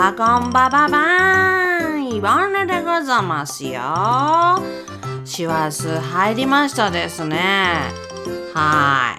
はこんばばばーん、イバネでございますよ。師走入りましたですね。はい。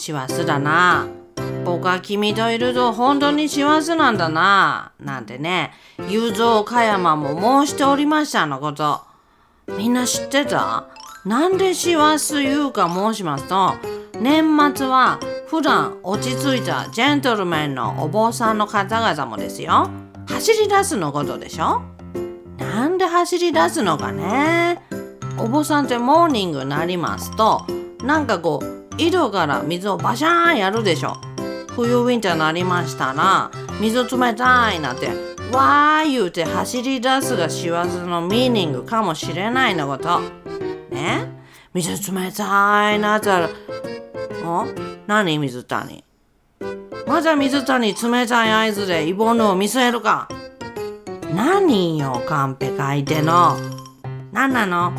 師走だな。僕は君といると本当に師走なんだな。なんてね、雄三加山も申しておりましたのこと。みんな知ってた？なんで師走言うか申しますと、年末は普段落ち着いたジェントルメンのお坊さんの方々もですよ、走り出すのことでしょ。なんで走り出すのかね。お坊さんってモーニングになりますと、なんかこう井戸から水をバシャーンやるでしょ。冬ウィンターになりましたら、水冷たいなんてわー言うて走り出すが師走のミーニングかもしれないのことね。水冷たいなったら、何水谷、まだ水谷冷たい合図でイボヌを見据えるか。何よカンペ書いての、何なの。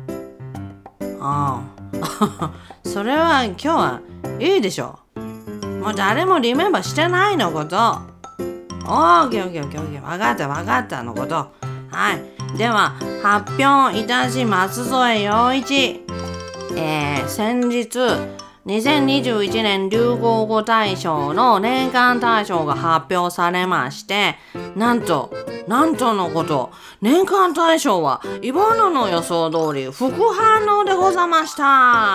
それは今日はいいでしょ。もう誰もリメンバーしてないのこと。オーケーオーケーオーケーオーケー、わかったわかったのこと。はい。では発表いたしますぞえ陽一。先日2021年流行語大賞の年間大賞が発表されまして、なんとのこと、年間大賞はイボヌの予想通り副反応でございました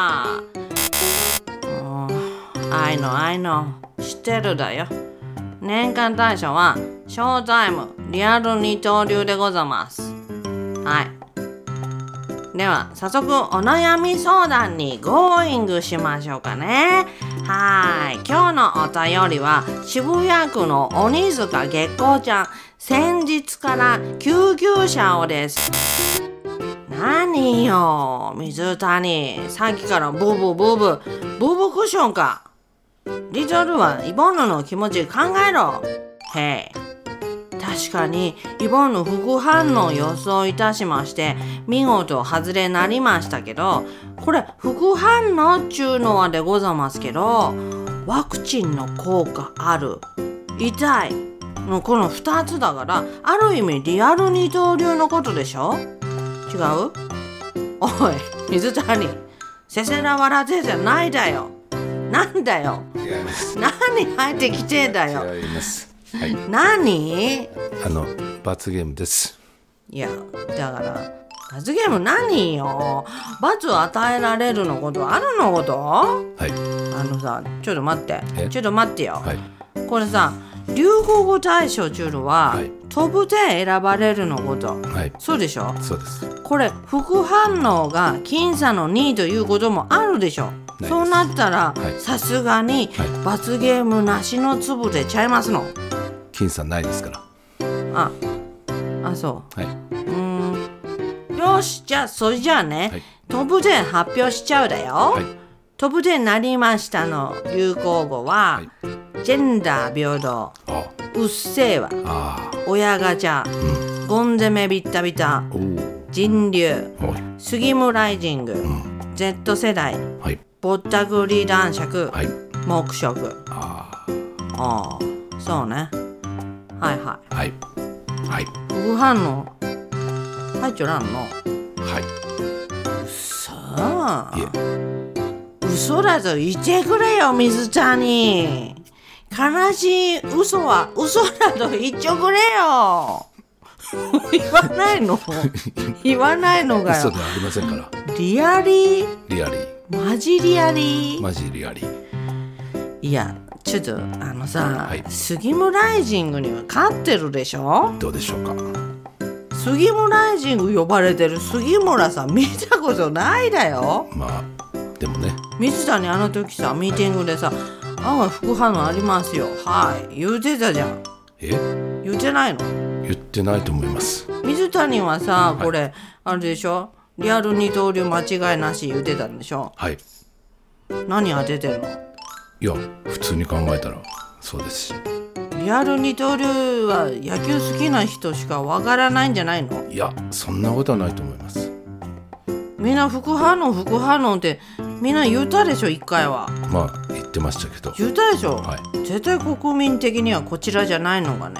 。I know 知ってるだよ。年間大賞はショータイムリアル二刀流でございます。はい。では早速お悩み相談にゴーイングしましょうかね。はい。今日のお便りは渋谷区の鬼塚月光ちゃん。先日から救急車をです。何よ水谷、さっきからブーブクッションか。リトルはイボヌの気持ち考えろ。へい。確かにイボヌ副反応予想いたしまして、見事外れなりましたけど、これ副反応っちゅうのはでございますけど、ワクチンの効果ある、痛いのこの2つだから、ある意味リアル二刀流のことでしょ。違う？おい水谷、せせら笑ってじゃないだよ。なんだよ。何入ってきてんだよ。 違います。はい、 何？ 罰ゲームです。 いやだから罰ゲーム何よ。罰を与えられるのことあるのこと。 はい。 さ、ちょっと待ってよ。 はい。 これさ、流行語大賞中のは、はい、トップ10選ばれるのこと、はい、そうでしょ。 そうです。 これ副反応が僅差の2ということもあるでしょ。そうなったらさすがに罰ゲームなしの粒でちゃいますの。 僅差ないですから。 そう。 はい。 よし、じゃあそれじゃあね、はい、トップ10発表しちゃうだよ。はい、トップ10になりましたの流行語は、はい、ジェンダー平等、うっせぇわ、親ガチャ、ゴン攻めビッタビタ、人流、スギムライジング、Z 世代、はい、ぼったくり男爵、はい、黙食。そうね。はいはいはいはい。 副反応入っちゃらんの。 はい。 嘘だぞ、言ってくれよ水谷。悲しい嘘は嘘だと言っちゃくれよ。言わないの言わないのかよ。 嘘ではありませんから。 リアリマジリアリ。いやちょっとはい、スギムライジングには勝ってるでしょ。 どうでしょうか。 スギムライジング呼ばれてる杉村さん見たことないだよ。 まあでもね、 水谷時さミーティングでさ、案外副反応ありますよ、はい言うてたじゃん。言ってないの？ 言ってないと思います。 水谷はさ、これ、はい、あれでしょ、リアル二刀流間違いなし言うてたんでしょ。 はい。 何当ててるの？ いや普通に考えたらそうですし。 リアル二刀流は野球好きな人しかわからないんじゃないの？ いやそんなことはないと思います。 みんな副反応ってみんな言ったでしょ、一回は。 まあ言ってましたけど。 言ったでしょ、 はい、 絶対国民的にはこちらじゃないのがね。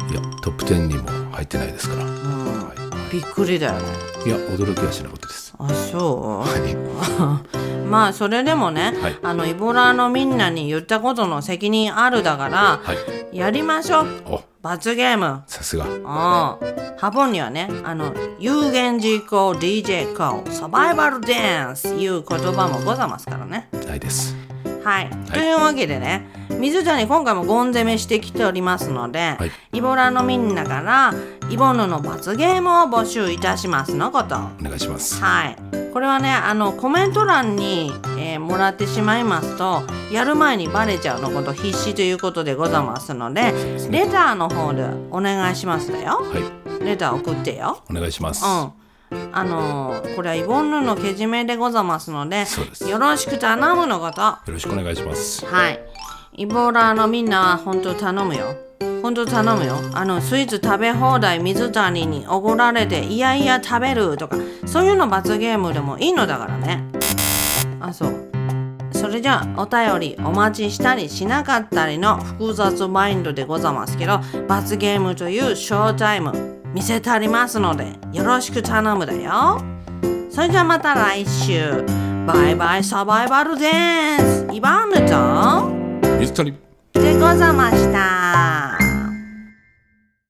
いやトップ10にも入ってないですから、 びっくりだよね。 いや驚きはしなかったです。 あ、そう、 はい、 まあそれでもね、イボラのみんなに言ったことの責任あるだから、やりましょう。罰ゲーム。 さすが。 ハポンにはね、有言実行 DJ コーサバイバルダンスいう言葉もございますからね。 ないです。 はい、というわけでね、水谷今回もゴン攻めしてきておりますので、イボラのみんなからイボヌの罰ゲームを募集いたしますのこと。 お願いします。 はい、これはねコメント欄に、もらってしまいますとやる前にバレちゃうのこと必至ということでございますので、レターの方でお願いしますだよ。レター送ってよ。 お願いします。 これはイボンヌのけじめでございますので、よろしく頼むのこと。よろしくお願いします。 はい、イボラのみんなは本当頼むよ。本当頼むよ。スイーツ食べ放題水谷におごられていやいや食べるとか、そういうの罰ゲームでもいいのだからね。そう。それじゃあお便りお待ちしたりしなかったりの複雑マインドでございますけど、罰ゲームというショータイム見せてありますのでよろしく頼むだよ。それじゃあまた来週。バイバイサバイバルデンス。イバンヌと水谷でございました。